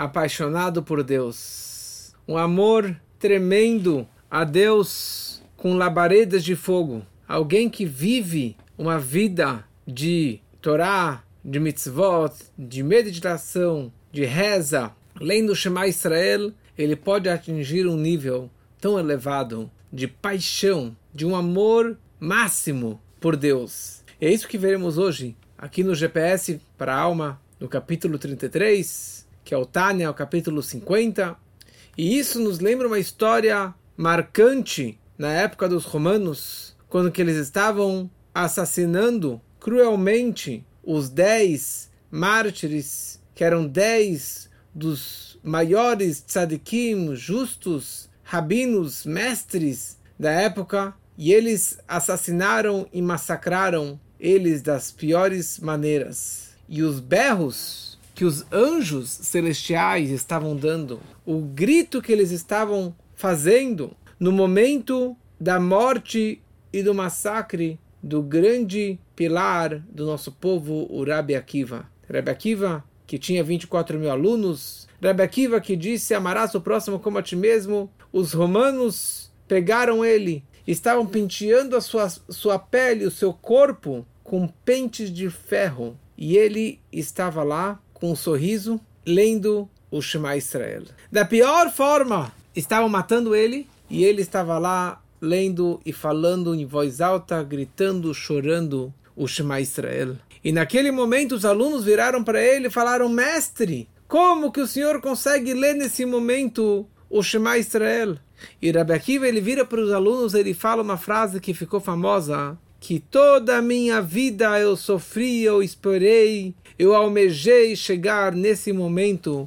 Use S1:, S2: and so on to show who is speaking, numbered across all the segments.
S1: apaixonado por Deus. Um amor tremendo a Deus com labaredas de fogo. Alguém que vive uma vida de Torá, de mitzvot, de meditação, de reza, lendo Shema Israel, ele pode atingir um nível tão elevado de paixão, de um amor máximo por Deus. É isso que veremos hoje, aqui no GPS para a Alma, no capítulo 33, que é o Tânia, o capítulo 50. E isso nos lembra uma história marcante na época dos romanos, quando que eles estavam assassinando cruelmente os 10 mártires, que eram 10 dos maiores tzadikim, justos, rabinos, mestres da época, e eles assassinaram e massacraram eles das piores maneiras. E os berros que os anjos celestiais estavam dando, o grito que eles estavam fazendo no momento da morte e do massacre do grande pilar do nosso povo, o Rabi Akiva. Rabi Akiva, que tinha 24 mil alunos. Rabi Akiva, que disse: amarás o próximo como a ti mesmo. Os romanos pegaram ele, estavam penteando a sua pele, o seu corpo, com pentes de ferro. E ele estava lá, com um sorriso, lendo o Shema Israel. Da pior forma, estavam matando ele, e ele estava lá, lendo e falando em voz alta, gritando, chorando o Shema Israel. E naquele momento os alunos viraram para ele e falaram: mestre, como que o senhor consegue ler nesse momento o Shema Israel? E Rabi Akiva, ele vira para os alunos, ele fala uma frase que ficou famosa, que toda a minha vida eu sofri, eu esperei, eu almejei chegar nesse momento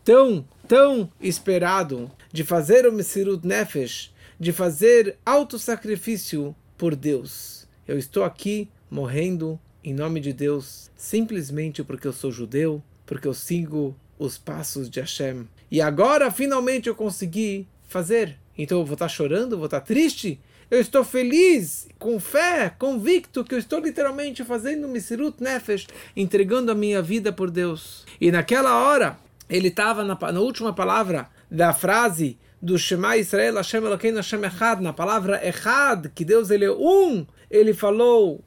S1: tão esperado, de fazer o Mesirut Nefesh, de fazer autossacrifício por Deus. Eu estou aqui morrendo em nome de Deus, simplesmente porque eu sou judeu, porque eu sigo os passos de Hashem. E agora, finalmente, eu consegui fazer. Então eu vou estar chorando, vou estar triste? Eu estou feliz, com fé, convicto que eu estou literalmente fazendo Mesirut Nefesh, entregando a minha vida por Deus. E naquela hora, ele estava na última palavra da frase do Shema Israel, Hashem Elokeinu Hashem Echad, na palavra Echad, que Deus ele é um, ele falou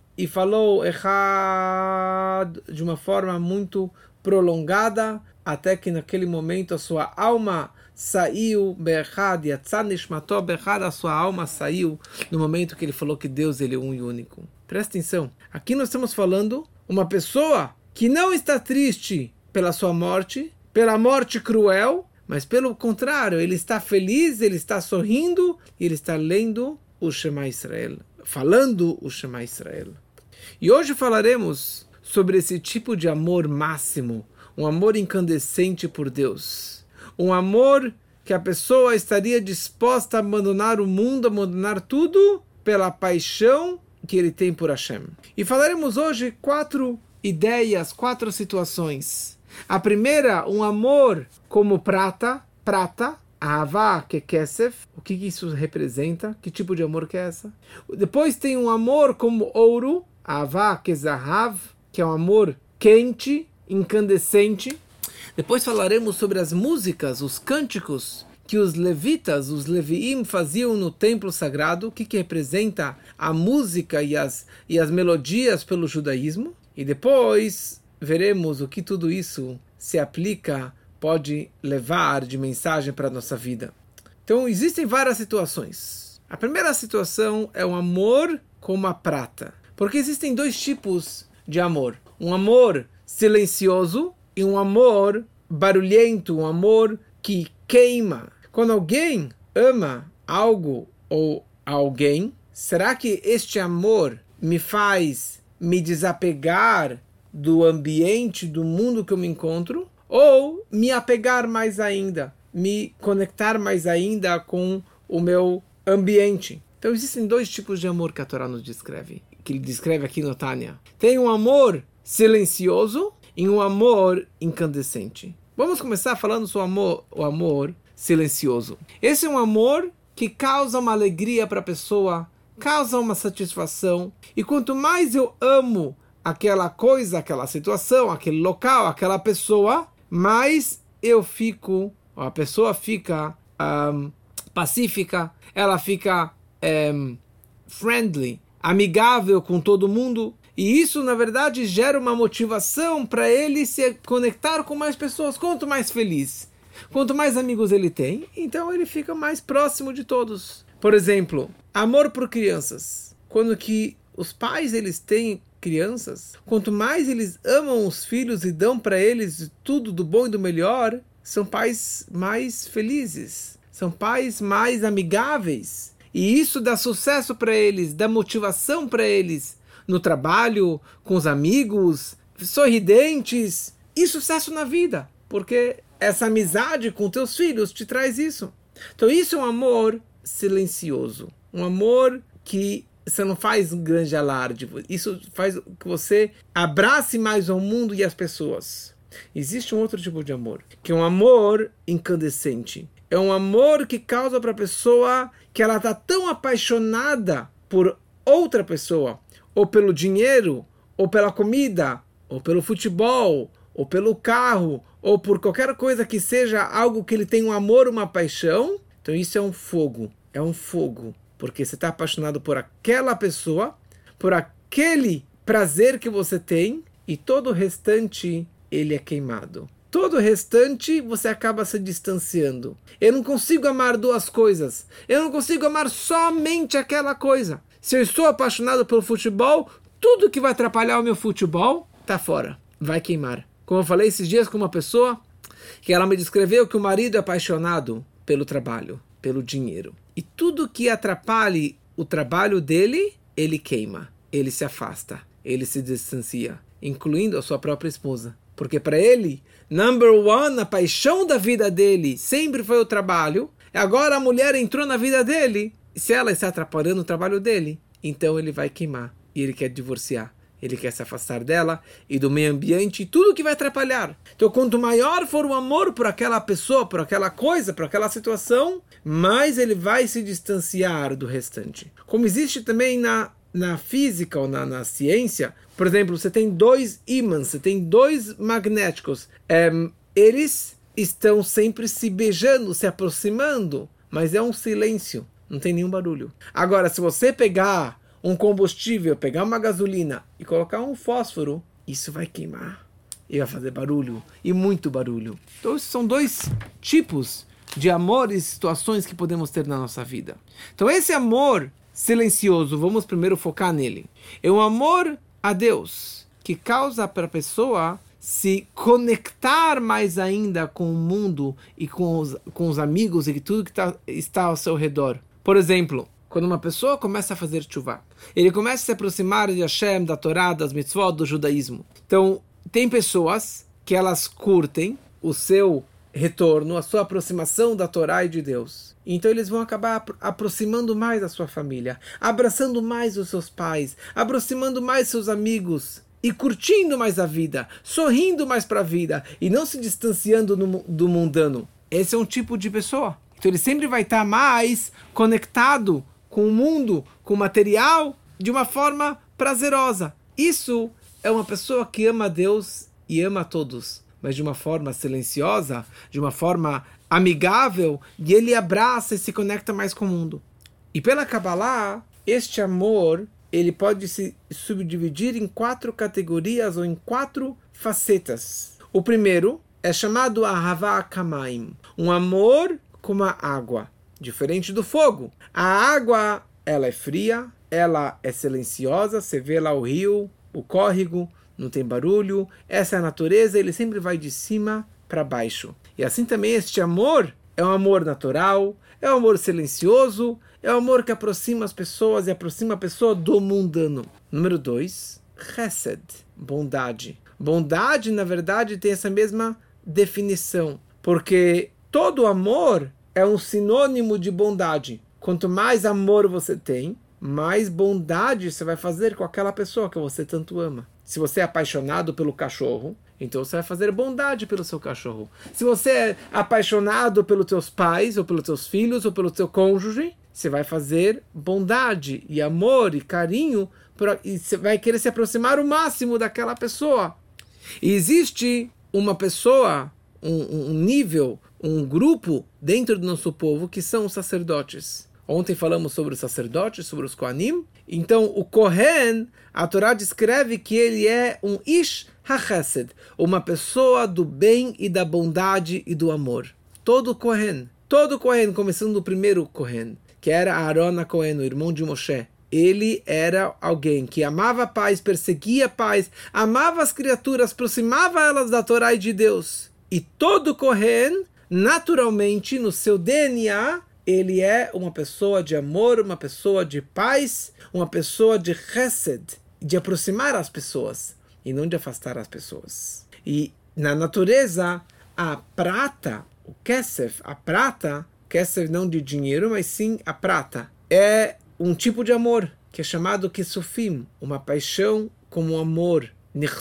S1: Echad de uma forma muito prolongada, até que naquele momento a sua alma saiu, Be'echad, Yatzah Nishmato Be'echad, a sua alma saiu no momento que ele falou que Deus ele é um e único. Presta atenção, aqui nós estamos falando uma pessoa que não está triste pela sua morte, pela morte cruel, mas pelo contrário, ele está feliz, ele está sorrindo, e ele está lendo o Shema Israel, falando o Shema Israel. E hoje falaremos sobre esse tipo de amor máximo, um amor incandescente por Deus. Um amor que a pessoa estaria disposta a abandonar o mundo, abandonar tudo, pela paixão que ele tem por Hashem. E falaremos hoje 4 ideias, 4 situações. A primeira, um amor como prata, Ahavá, que é Kesef. O que isso representa? Que tipo de amor que é essa? Depois tem um amor como ouro, Ahavá, que é Zahav, que é um amor quente, incandescente. Depois falaremos sobre as músicas, os cânticos que os levitas, os leviim, faziam no templo sagrado, o que representa a música e as melodias pelo judaísmo. E depois veremos o que tudo isso se aplica, pode levar de mensagem para a nossa vida. Então, existem várias situações. A primeira situação é um amor como a prata. Porque existem 2 tipos de amor. Um amor silencioso e um amor barulhento, um amor que queima. Quando alguém ama algo ou alguém, será que este amor me faz me desapegar do ambiente, do mundo que eu me encontro? Ou me apegar mais ainda, me conectar mais ainda com o meu ambiente? Então existem 2 tipos de amor que a Torá nos descreve, que ele descreve aqui no Tânia. Tem um amor silencioso e um amor incandescente. Vamos começar falando sobre o amor silencioso. Esse é um amor que causa uma alegria para a pessoa, causa uma satisfação. E quanto mais eu amo aquela coisa, aquela situação, aquele local, aquela pessoa, mais a pessoa fica pacífica, ela fica friendly, amigável com todo mundo. E isso, na verdade, gera uma motivação para ele se conectar com mais pessoas. Quanto mais feliz, quanto mais amigos ele tem, então ele fica mais próximo de todos. Por exemplo, amor por crianças. Quando que os pais eles têm crianças, quanto mais eles amam os filhos e dão para eles tudo do bom e do melhor, são pais mais felizes, são pais mais amigáveis. E isso dá sucesso para eles, dá motivação para eles no trabalho, com os amigos, sorridentes e sucesso na vida, porque essa amizade com teus filhos te traz isso. Então isso é um amor silencioso, um amor que você não faz um grande alarde, isso faz que você abrace mais o mundo e as pessoas. Existe um outro tipo de amor, que é um amor incandescente. É um amor que causa para a pessoa que ela está tão apaixonada por outra pessoa, ou pelo dinheiro, ou pela comida, ou pelo futebol, ou pelo carro, ou por qualquer coisa que seja algo que ele tem um amor, uma paixão. Então isso é um fogo, porque você está apaixonado por aquela pessoa, por aquele prazer que você tem, e todo o restante ele é queimado. Todo o restante você acaba se distanciando. Eu não consigo amar duas coisas. Eu não consigo amar somente aquela coisa. Se eu estou apaixonado pelo futebol, tudo que vai atrapalhar o meu futebol está fora. Vai queimar. Como eu falei esses dias com uma pessoa, que ela me descreveu que o marido é apaixonado pelo trabalho, pelo dinheiro. E tudo que atrapalhe o trabalho dele, ele queima. Ele se afasta. Ele se distancia. Incluindo a sua própria esposa. Porque para ele, number one, a paixão da vida dele sempre foi o trabalho. Agora a mulher entrou na vida dele. E se ela está atrapalhando o trabalho dele, então ele vai queimar. E ele quer divorciar. Ele quer se afastar dela e do meio ambiente e tudo que vai atrapalhar. Então quanto maior for o amor por aquela pessoa, por aquela coisa, por aquela situação, mais ele vai se distanciar do restante. Como existe também na física ou na ciência, por exemplo, você tem dois ímãs, você tem dois magnéticos. Eles estão sempre se beijando, se aproximando, mas é um silêncio, não tem nenhum barulho. Agora, se você pegar um combustível, pegar uma gasolina e colocar um fósforo, isso vai queimar e vai fazer barulho, e muito barulho. Então, esses são dois tipos de amor e situações que podemos ter na nossa vida. Então, esse amor silencioso, vamos primeiro focar nele. É um amor a Deus, que causa para a pessoa se conectar mais ainda com o mundo e com os amigos e tudo que está ao seu redor. Por exemplo, quando uma pessoa começa a fazer tshuva, ele começa a se aproximar de Hashem, da Torá, das mitzvot, do judaísmo. Então, tem pessoas que elas curtem o seu retorno, a sua aproximação da Torá e de Deus. Então eles vão acabar aproximando mais da sua família, abraçando mais os seus pais, aproximando mais seus amigos e curtindo mais a vida, sorrindo mais para a vida e não se distanciando do mundano. Esse é um tipo de pessoa. Então ele sempre vai estar mais conectado com o mundo, com o material, de uma forma prazerosa. Isso é uma pessoa que ama a Deus e ama a todos, mas de uma forma silenciosa, de uma forma amigável, e ele abraça e se conecta mais com o mundo. E pela Kabbalah, este amor, ele pode se subdividir em 4 categorias ou em 4 facetas. O primeiro é chamado Ahava Kamaim, um amor como a água, diferente do fogo. A água, ela é fria, ela é silenciosa, você vê lá o rio, o córrego, não tem barulho, essa é a natureza, ele sempre vai de cima para baixo. E assim também este amor é um amor natural, é um amor silencioso, é um amor que aproxima as pessoas e aproxima a pessoa do mundano. Número 2, Chesed, bondade. Bondade, na verdade, tem essa mesma definição, porque todo amor é um sinônimo de bondade. Quanto mais amor você tem, mais bondade você vai fazer com aquela pessoa que você tanto ama. Se você é apaixonado pelo cachorro, então você vai fazer bondade pelo seu cachorro. Se você é apaixonado pelos teus pais, ou pelos teus filhos, ou pelo teu cônjuge, você vai fazer bondade e amor e carinho, e você vai querer se aproximar o máximo daquela pessoa. E existe uma pessoa, um nível, um grupo dentro do nosso povo que são os sacerdotes. Ontem falamos sobre os sacerdotes, sobre os Kohanim. Então, o Kohen, a Torá descreve que ele é um Ish HaChesed, uma pessoa do bem e da bondade e do amor. Todo Kohen, começando do primeiro Kohen, que era Aaron HaKohen, o irmão de Moshe. Ele era alguém que amava a paz, perseguia a paz, amava as criaturas, aproximava elas da Torá e de Deus. E todo Kohen, naturalmente, no seu DNA, ele é uma pessoa de amor, uma pessoa de paz, uma pessoa de chesed, de aproximar as pessoas e não de afastar as pessoas. E na natureza, a prata, o kesef, a prata, kesef não de dinheiro, mas sim a prata, é um tipo de amor que é chamado kesufim, uma paixão como um amor.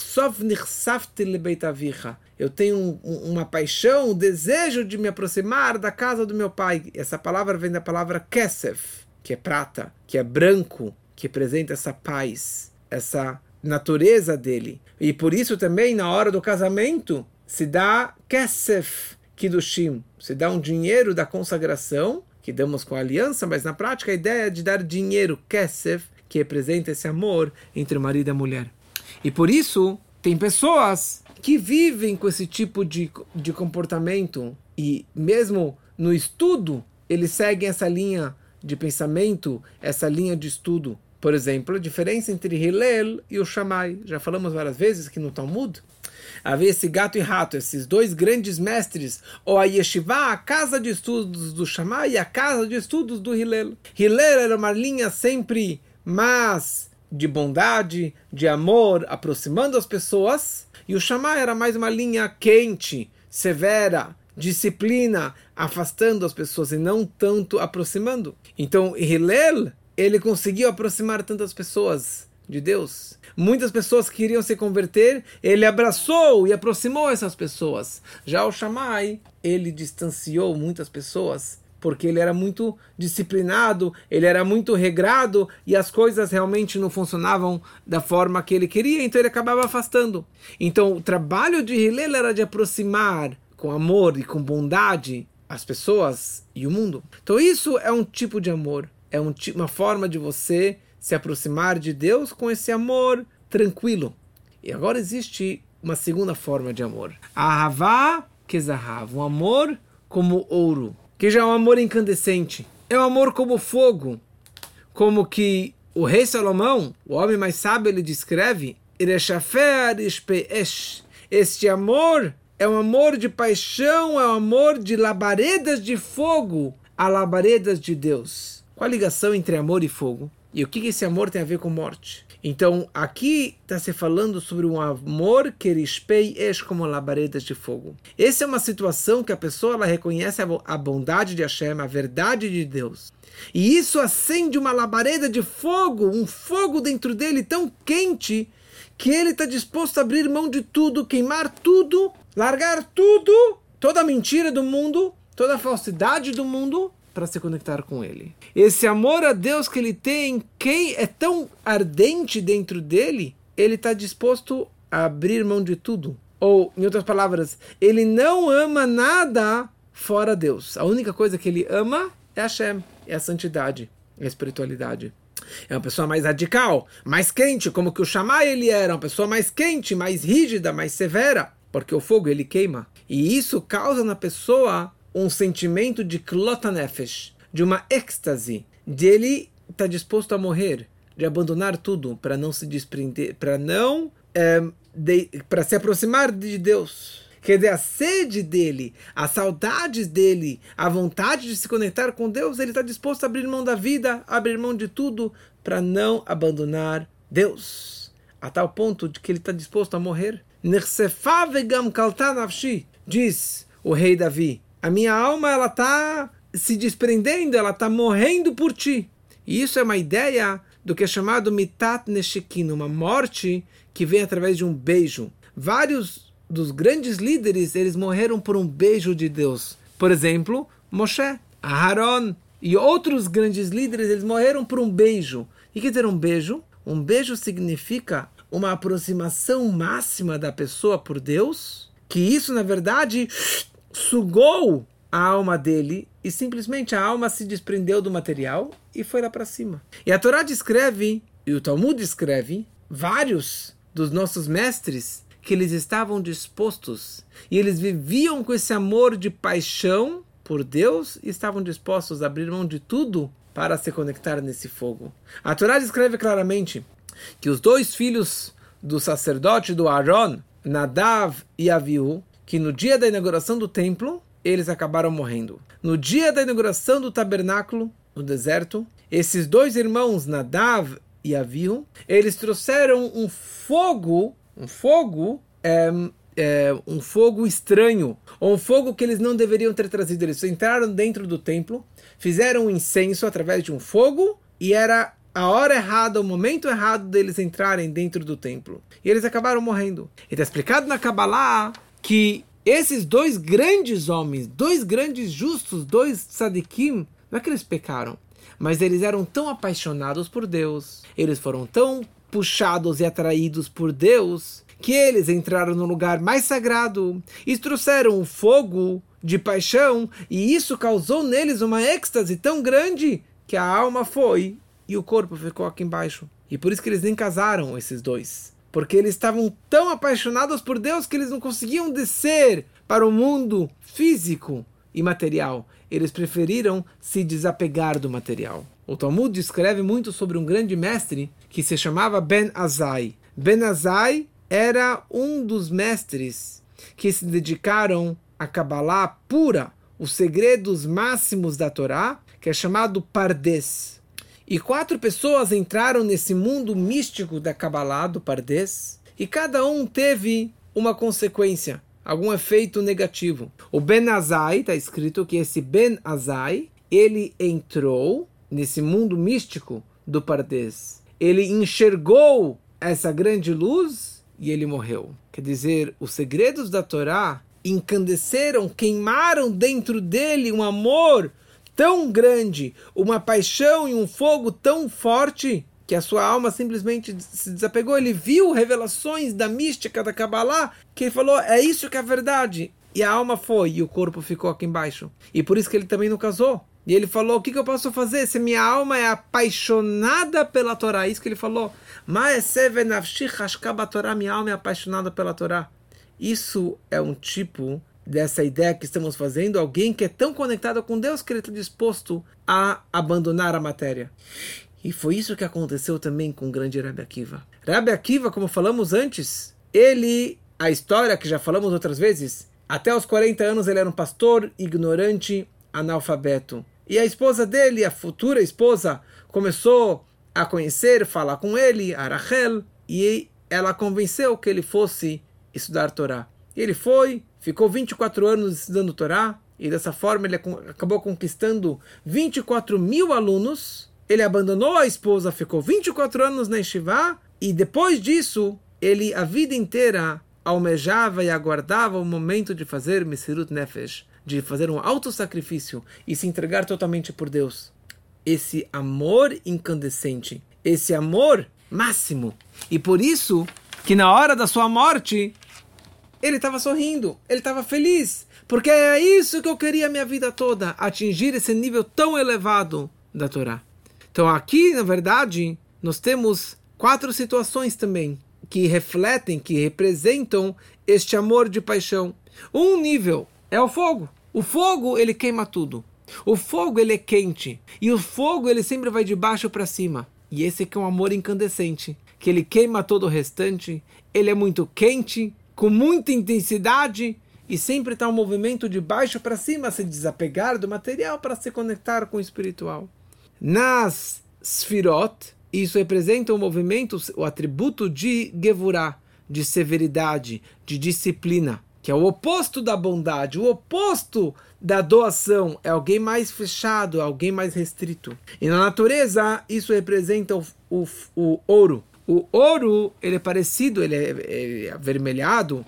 S1: Nichsafti lebeit avicha. Eu tenho uma paixão, um desejo de me aproximar da casa do meu pai. Essa palavra vem da palavra kesef, que é prata, que é branco, que representa essa paz, essa natureza dele. E por isso também, na hora do casamento, se dá kesef kiddushim, se dá um dinheiro da consagração, que damos com a aliança, mas na prática a ideia é de dar dinheiro, kesef, que representa esse amor entre o marido e a mulher. E por isso, tem pessoas que vivem com esse tipo de comportamento e mesmo no estudo, eles seguem essa linha de pensamento, essa linha de estudo. Por exemplo, a diferença entre Hillel e o Shammai. Já falamos várias vezes que no Talmud havia esse gato e rato, esses dois grandes mestres, ou a Yeshiva, a casa de estudos do Shammai e a casa de estudos do Hillel. Hillel era uma linha sempre mais de bondade, de amor, aproximando as pessoas, e o Shammai era mais uma linha quente, severa, disciplina, afastando as pessoas e não tanto aproximando. Então, Hillel, ele conseguiu aproximar tantas pessoas de Deus. Muitas pessoas queriam se converter, ele abraçou e aproximou essas pessoas. Já o Shammai, ele distanciou muitas pessoas, porque ele era muito disciplinado, ele era muito regrado, e as coisas realmente não funcionavam da forma que ele queria, então ele acabava afastando. Então o trabalho de Hillel era de aproximar com amor e com bondade as pessoas e o mundo. Então isso é um tipo de amor, é uma forma de você se aproximar de Deus com esse amor tranquilo. E agora existe uma segunda forma de amor. Ahavá kezahav, um amor como ouro, que já é um amor incandescente. É um amor como fogo. Como que o rei Salomão, o homem mais sábio, ele descreve, este amor é um amor de paixão, é um amor de labaredas de fogo a labaredas de Deus. Qual a ligação entre amor e fogo? E o que esse amor tem a ver com morte? Então, aqui está se falando sobre um amor que rispei como labaredas de fogo. Essa é uma situação que a pessoa ela reconhece a bondade de Hashem, a verdade de Deus. E isso acende uma labareda de fogo, um fogo dentro dele tão quente, que ele está disposto a abrir mão de tudo, queimar tudo, largar tudo, toda a mentira do mundo, toda a falsidade do mundo, para se conectar com ele. Esse amor a Deus que ele tem, quem é tão ardente dentro dele, ele está disposto a abrir mão de tudo. Ou, em outras palavras, ele não ama nada fora Deus. A única coisa que ele ama é Hashem, é a santidade, é a espiritualidade. É uma pessoa mais radical, mais quente, como que o Shammai ele era, uma pessoa mais quente, mais rígida, mais severa, porque o fogo ele queima. E isso causa na pessoa um sentimento de klotanefesh, de uma êxtase, de ele estar disposto a morrer, de abandonar tudo para não se desprender, para se aproximar de Deus. Quer dizer, a sede dele, as saudades dele, a vontade de se conectar com Deus, ele está disposto a abrir mão da vida, abrir mão de tudo para não abandonar Deus, a tal ponto de que ele está disposto a morrer. Diz o rei Davi, a minha alma ela está se desprendendo, ela está morrendo por ti. E isso é uma ideia do que é chamado mitat neshekin, uma morte que vem através de um beijo. Vários dos grandes líderes, eles morreram por um beijo de Deus. Por exemplo, Moshe, Aharon e outros grandes líderes, eles morreram por um beijo. E quer dizer um beijo? Um beijo significa uma aproximação máxima da pessoa por Deus, que isso, na verdade, sugou a alma dele e simplesmente a alma se desprendeu do material e foi lá para cima. E a Torá descreve, e o Talmud descreve, vários dos nossos mestres que eles estavam dispostos e eles viviam com esse amor de paixão por Deus e estavam dispostos a abrir mão de tudo para se conectar nesse fogo. A Torá descreve claramente que os dois filhos do sacerdote do Aaron, Nadav e Avihu, que no dia da inauguração do templo, eles acabaram morrendo. No dia da inauguração do tabernáculo, no deserto, esses dois irmãos, Nadav e Avihu, eles trouxeram um fogo estranho, ou um fogo que eles não deveriam ter trazido. Eles entraram dentro do templo, fizeram um incenso através de um fogo, e era a hora errada, o momento errado deles entrarem dentro do templo. E eles acabaram morrendo. E está explicado na Kabbalah que esses dois grandes homens, dois grandes justos, dois tzadikim, não é que eles pecaram, mas eles eram tão apaixonados por Deus, eles foram tão puxados e atraídos por Deus, que eles entraram no lugar mais sagrado e trouxeram um fogo de paixão, e isso causou neles uma êxtase tão grande que a alma foi e o corpo ficou aqui embaixo. E por isso que eles nem casaram, esses dois. Porque eles estavam tão apaixonados por Deus que eles não conseguiam descer para o mundo físico e material. Eles preferiram se desapegar do material. O Talmud descreve muito sobre um grande mestre que se chamava Ben Azai. Ben Azai era um dos mestres que se dedicaram à Kabbalah pura, os segredos máximos da Torá, que é chamado Pardes. E 4 pessoas entraram nesse mundo místico da Kabbalah, do Pardes, e cada um teve uma consequência, algum efeito negativo. O Ben Azai, está escrito que esse Ben Azai, ele entrou nesse mundo místico do Pardes. Ele enxergou essa grande luz e ele morreu. Quer dizer, os segredos da Torá incandesceram, queimaram dentro dele um amor tão grande, uma paixão e um fogo tão forte, que a sua alma simplesmente se desapegou. Ele viu revelações da mística da Kabbalah, que ele falou, é isso que é a verdade. E a alma foi, e o corpo ficou aqui embaixo. E por isso que ele também não casou. E ele falou, o que eu posso fazer se minha alma é apaixonada pela Torá? Isso que ele falou. Minha alma é apaixonada pela Torá. Isso é um tipo dessa ideia que estamos fazendo, alguém que é tão conectado com Deus que ele está disposto a abandonar a matéria. E foi isso que aconteceu também com o grande Rabbi Akiva. Rabbi Akiva, como falamos antes, a história que já falamos outras vezes, até os 40 anos ele era um pastor ignorante, analfabeto. E a esposa dele, a futura esposa, começou a conhecer, falar com ele, a Rachel, e ela convenceu que ele fosse estudar Torá. E ele foi, ficou 24 anos estudando Torá, e dessa forma ele acabou conquistando 24.000 alunos. Ele abandonou a esposa, ficou 24 anos na Yeshiva, e depois disso, ele a vida inteira almejava e aguardava o momento de fazer Mesirut Nefesh, de fazer um auto-sacrifício e se entregar totalmente por Deus. Esse amor incandescente, esse amor máximo. E por isso que na hora da sua morte, ele estava sorrindo, ele estava feliz, porque é isso que eu queria a minha vida toda, atingir esse nível tão elevado da Torá. Então aqui, na verdade, nós temos 4 situações também que refletem, que representam este amor de paixão. Um nível é o fogo. O fogo, ele queima tudo. O fogo, ele é quente. E o fogo, ele sempre vai de baixo para cima. E esse aqui é um amor incandescente, que ele queima todo o restante. Ele é muito quente, com muita intensidade, e sempre está um movimento de baixo para cima, se desapegar do material para se conectar com o espiritual. Nas Sfirot, isso representa um movimento, o atributo de Gevurah, de severidade, de disciplina, que é o oposto da bondade, o oposto da doação, é alguém mais fechado, alguém mais restrito. E na natureza, isso representa o ouro. O ouro, ele é parecido, ele é avermelhado,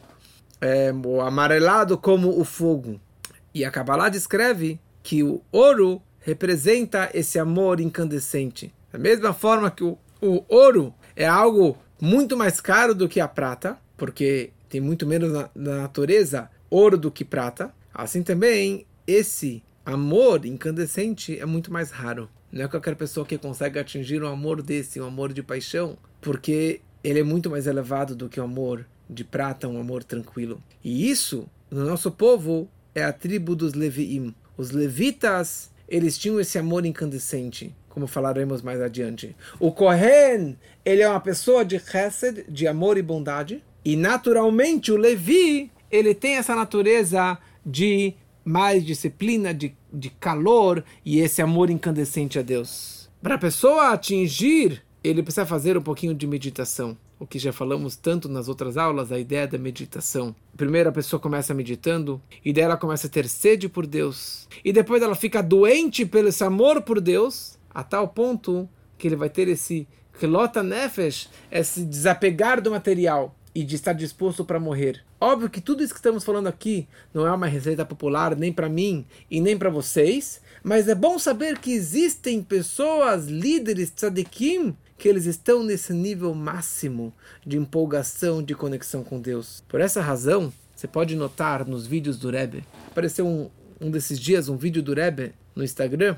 S1: ou amarelado como o fogo. E a Kabbalah descreve que o ouro representa esse amor incandescente. Da mesma forma que o ouro é algo muito mais caro do que a prata, porque tem muito menos na natureza ouro do que prata, assim também esse amor incandescente é muito mais raro. Não é qualquer pessoa que consegue atingir um amor desse, um amor de paixão, porque ele é muito mais elevado do que o amor de prata, um amor tranquilo. E isso, no nosso povo, é a tribo dos Leviim. Os levitas, eles tinham esse amor incandescente, como falaremos mais adiante. O Kohen, ele é uma pessoa de chesed, de amor e bondade, e naturalmente o Levi, ele tem essa natureza de mais disciplina, de calor e esse amor incandescente a Deus. Para a pessoa atingir, ele precisa fazer um pouquinho de meditação. O que já falamos tanto nas outras aulas, a ideia da meditação. Primeiro a pessoa começa meditando, e daí ela começa a ter sede por Deus. E depois ela fica doente pelo esse amor por Deus, a tal ponto que ele vai ter esse kelota nefesh, esse desapegar do material e de estar disposto para morrer. Óbvio que tudo isso que estamos falando aqui não é uma receita popular nem para mim e nem para vocês, mas é bom saber que existem pessoas, líderes, tzadikim, que eles estão nesse nível máximo de empolgação, de conexão com Deus. Por essa razão, você pode notar nos vídeos do Rebbe, apareceu um desses dias um vídeo do Rebbe no Instagram,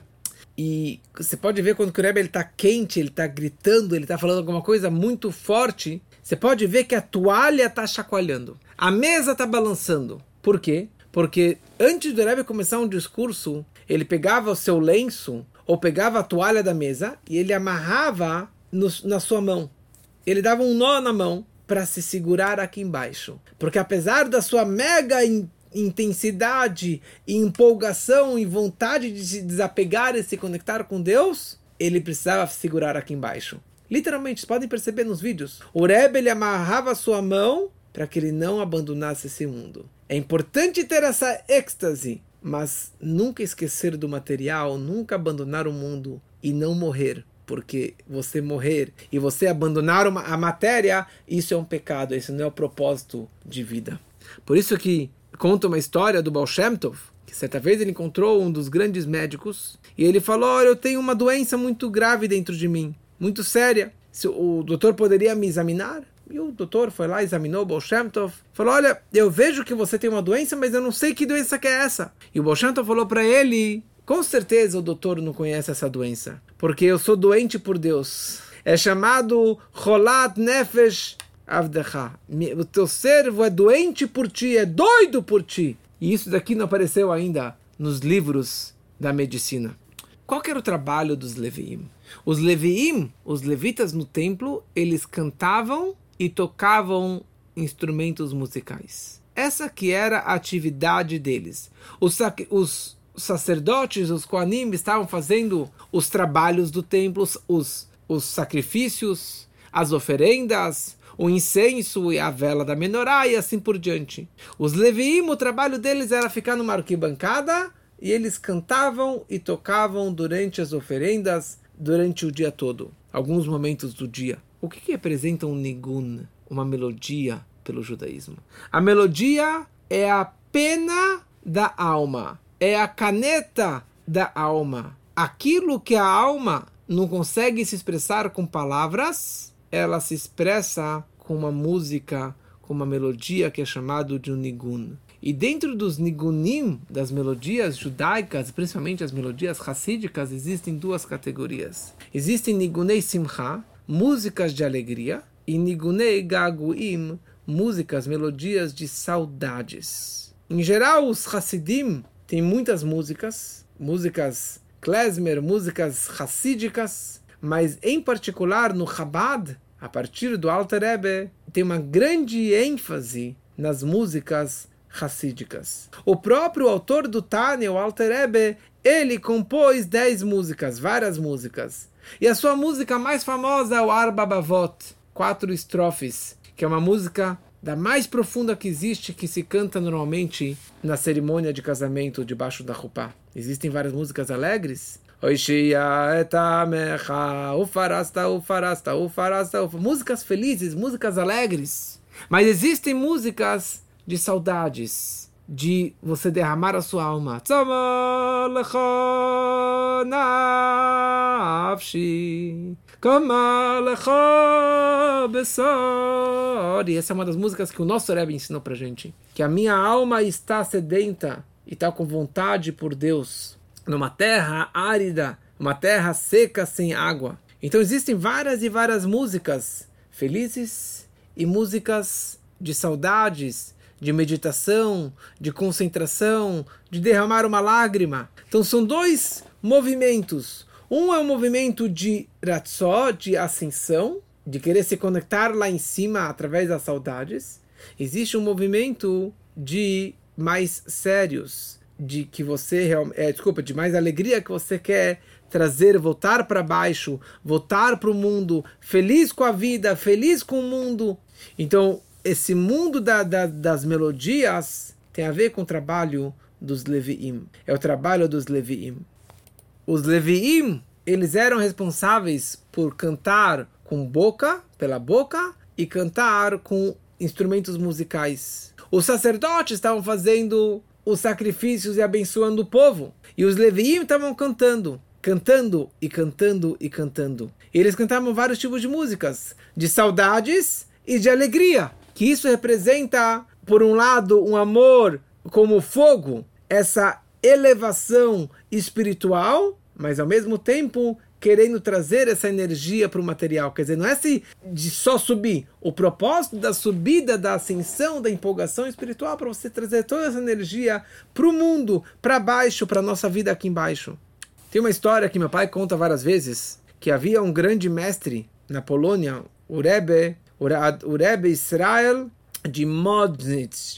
S1: e você pode ver quando o Rebbe está quente, ele está gritando, ele está falando alguma coisa muito forte, você pode ver que a toalha está chacoalhando, a mesa está balançando. Por quê? Porque antes do Rebbe começar um discurso, ele pegava o seu lenço, ou pegava a toalha da mesa, e ele amarrava na sua mão. Ele dava um nó na mão para se segurar aqui embaixo. Porque apesar da sua mega intensidade, e empolgação e vontade de se desapegar e se conectar com Deus, ele precisava segurar aqui embaixo. Literalmente, vocês podem perceber nos vídeos. O Rebbe, ele amarrava a sua mão para que ele não abandonasse esse mundo. É importante ter essa êxtase, mas nunca esquecer do material, nunca abandonar o mundo e não morrer. Porque você morrer e você abandonar a matéria, isso é um pecado, isso não é o propósito de vida. Por isso que conta uma história do Baal Shem Tov, que certa vez ele encontrou um dos grandes médicos, e ele falou: olha, eu tenho uma doença muito grave dentro de mim, muito séria. O doutor poderia me examinar? E o doutor foi lá, examinou o Baal Shem Tov, falou: olha, eu vejo que você tem uma doença, mas eu não sei que doença que é essa. E o Baal Shem Tov falou para ele: com certeza o doutor não conhece essa doença, porque eu sou doente por Deus. É chamado Cholat Nefesh Avdecha. O teu servo é doente por ti, é doido por ti. E isso daqui não apareceu ainda nos livros da medicina. Qual que era o trabalho dos Leviim? Os Leviim, os levitas no templo, eles cantavam e tocavam instrumentos musicais. Essa que era a atividade deles. Os sacerdotes, os Kohanim, estavam fazendo os trabalhos do templo, os sacrifícios, as oferendas, o incenso e a vela da menorá e assim por diante. Os Leviim, o trabalho deles era ficar numa arquibancada e eles cantavam e tocavam durante as oferendas, durante o dia todo, alguns momentos do dia. O que representa um nigun, uma melodia pelo judaísmo? A melodia é a pena da alma. É a caneta da alma. Aquilo que a alma não consegue se expressar com palavras, ela se expressa com uma música, com uma melodia que é chamado de um nigun. E dentro dos nigunim, das melodias judaicas, principalmente as melodias hassídicas, existem duas categorias. Existem nigunei simcha, músicas de alegria, e nigunei gaguim, músicas, melodias de saudades. Em geral, os hassidim tem muitas músicas klezmer, músicas hassídicas, mas em particular no Chabad, a partir do Alter Rebbe, tem uma grande ênfase nas músicas hassídicas. O próprio autor do Tânia, o Alter Rebbe, ele compôs 10 músicas, várias músicas. E a sua música mais famosa é o Arba Bavot, 4 estrofes, que é uma música da mais profunda que existe, que se canta normalmente na cerimônia de casamento debaixo da Chupá. Existem várias músicas alegres. Músicas felizes, músicas alegres. Mas existem músicas de saudades, de você derramar a sua alma. Kama lecha besar. E essa é uma das músicas que o nosso Rebbe ensinou pra gente. Que a minha alma está sedenta e está com vontade por Deus. Numa terra árida, uma terra seca sem água. Então existem várias e várias músicas felizes e músicas de saudades, de meditação, de concentração, de derramar uma lágrima. Então são dois movimentos. Um é um movimento de ratzó, de ascensão, de querer se conectar lá em cima através das saudades. Existe um movimento de mais sérios, de que você de mais alegria que você quer trazer, voltar para baixo, voltar para o mundo, feliz com a vida, feliz com o mundo. Então, esse mundo das melodias tem a ver com o trabalho dos Leviim. É o trabalho dos Leviim. Os Leviim, eles eram responsáveis por cantar com boca, pela boca, e cantar com instrumentos musicais. Os sacerdotes estavam fazendo os sacrifícios e abençoando o povo. E os Leviim estavam cantando e cantando e cantando. E eles cantavam vários tipos de músicas, de saudades e de alegria. Que isso representa, por um lado, um amor como fogo, essa elevação espiritual, mas ao mesmo tempo querendo trazer essa energia para o material. Quer dizer, não é de só subir. O propósito da subida, da ascensão, da empolgação espiritual para você trazer toda essa energia para o mundo, para baixo, para a nossa vida aqui embaixo. Tem uma história que meu pai conta várias vezes, que havia um grande mestre na Polônia, o Rebbe Israel de Modlitz,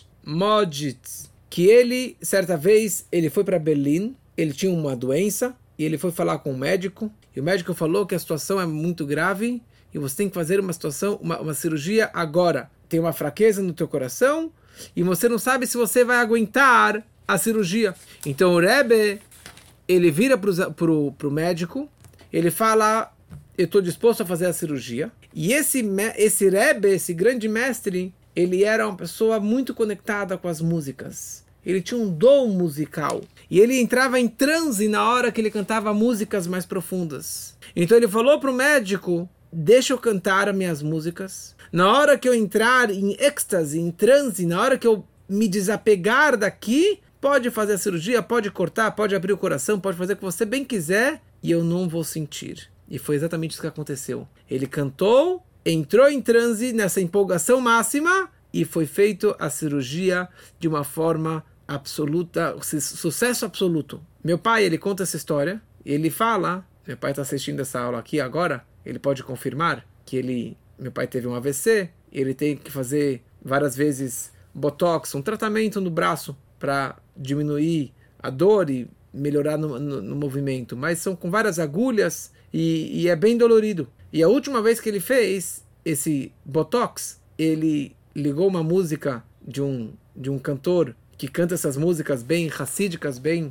S1: que ele, certa vez, ele foi para Berlim, ele tinha uma doença, e ele foi falar com o médico, e o médico falou que a situação é muito grave, e você tem que fazer uma cirurgia agora. Tem uma fraqueza no teu coração, e você não sabe se você vai aguentar a cirurgia. Então o Rebbe, ele vira pro médico, ele fala, eu estou disposto a fazer a cirurgia. E esse Rebbe, esse grande mestre, ele era uma pessoa muito conectada com as músicas. Ele tinha um dom musical. E ele entrava em transe na hora que ele cantava músicas mais profundas. Então ele falou para o médico, deixa eu cantar as minhas músicas. Na hora que eu entrar em êxtase, em transe, na hora que eu me desapegar daqui, pode fazer a cirurgia, pode cortar, pode abrir o coração, pode fazer o que você bem quiser, e eu não vou sentir. E foi exatamente isso que aconteceu. Ele cantou, entrou em transe, nessa empolgação máxima, e foi feita a cirurgia de uma forma absoluta, sucesso absoluto. Meu pai, ele conta essa história, ele fala, meu pai está assistindo essa aula aqui agora, ele pode confirmar que meu pai teve um AVC, ele tem que fazer várias vezes botox, um tratamento no braço para diminuir a dor e melhorar no movimento, mas são com várias agulhas e é bem dolorido. E a última vez que ele fez esse botox, ele ligou uma música de um cantor que canta essas músicas bem racídicas, bem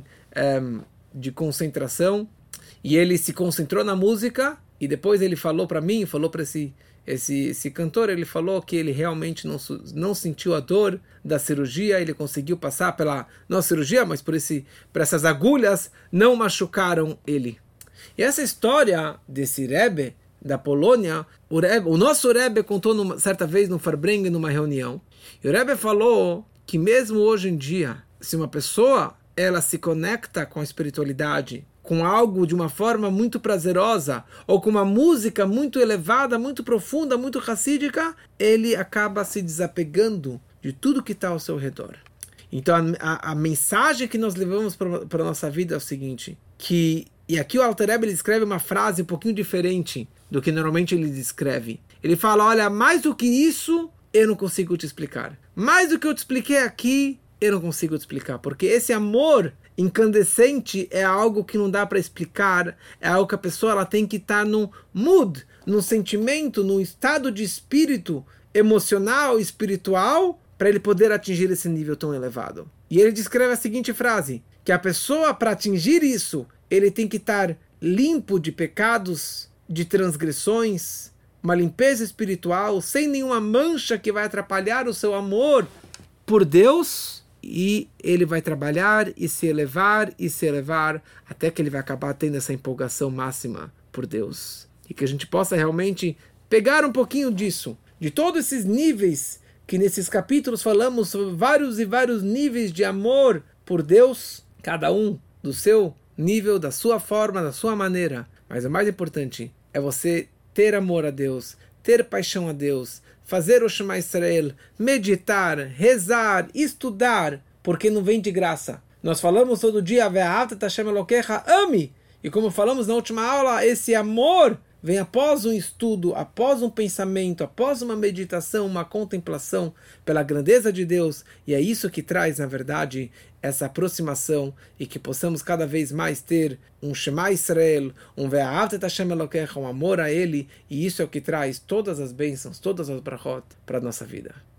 S1: de concentração, e ele se concentrou na música, e depois ele falou para mim, falou para esse cantor, ele falou que ele realmente não sentiu a dor da cirurgia, ele conseguiu passar não a cirurgia, mas por essas agulhas, não machucaram ele. E essa história desse Rebbe da Polônia, o nosso Rebbe contou certa vez no Farbrengen, numa reunião, e o Rebbe falou que mesmo hoje em dia, se uma pessoa ela se conecta com a espiritualidade, com algo de uma forma muito prazerosa, ou com uma música muito elevada, muito profunda, muito racídica, ele acaba se desapegando de tudo que está ao seu redor. Então a mensagem que nós levamos para a nossa vida é o seguinte, e aqui o Alter Rebbe ele escreve uma frase um pouquinho diferente do que normalmente ele descreve. Ele fala, olha, mais do que isso, eu não consigo te explicar. Mais do que eu te expliquei aqui, eu não consigo te explicar. Porque esse amor incandescente é algo que não dá para explicar. É algo que a pessoa ela tem que estar no mood, no sentimento, no estado de espírito emocional, espiritual, para ele poder atingir esse nível tão elevado. E ele descreve a seguinte frase, que a pessoa, para atingir isso, ele tem que estar limpo de pecados, de transgressões, uma limpeza espiritual, sem nenhuma mancha que vai atrapalhar o seu amor por Deus, e ele vai trabalhar e se elevar, até que ele vai acabar tendo essa empolgação máxima por Deus. e que a gente possa realmente pegar um pouquinho disso, de todos esses níveis que nesses capítulos falamos sobre vários e vários níveis de amor por Deus, cada um do seu nível, da sua forma, da sua maneira. Mas o mais importante é você ter amor a Deus, ter paixão a Deus, fazer o Shema Israel, meditar, rezar, estudar, porque não vem de graça. Nós falamos todo dia, ame! E como falamos na última aula, esse amor vem após um estudo, após um pensamento, após uma meditação, uma contemplação pela grandeza de Deus. E é isso que traz, na verdade, essa aproximação e que possamos cada vez mais ter um Shema Israel, um amor a Ele. E isso é o que traz todas as bênçãos, todas as brachot para a nossa vida.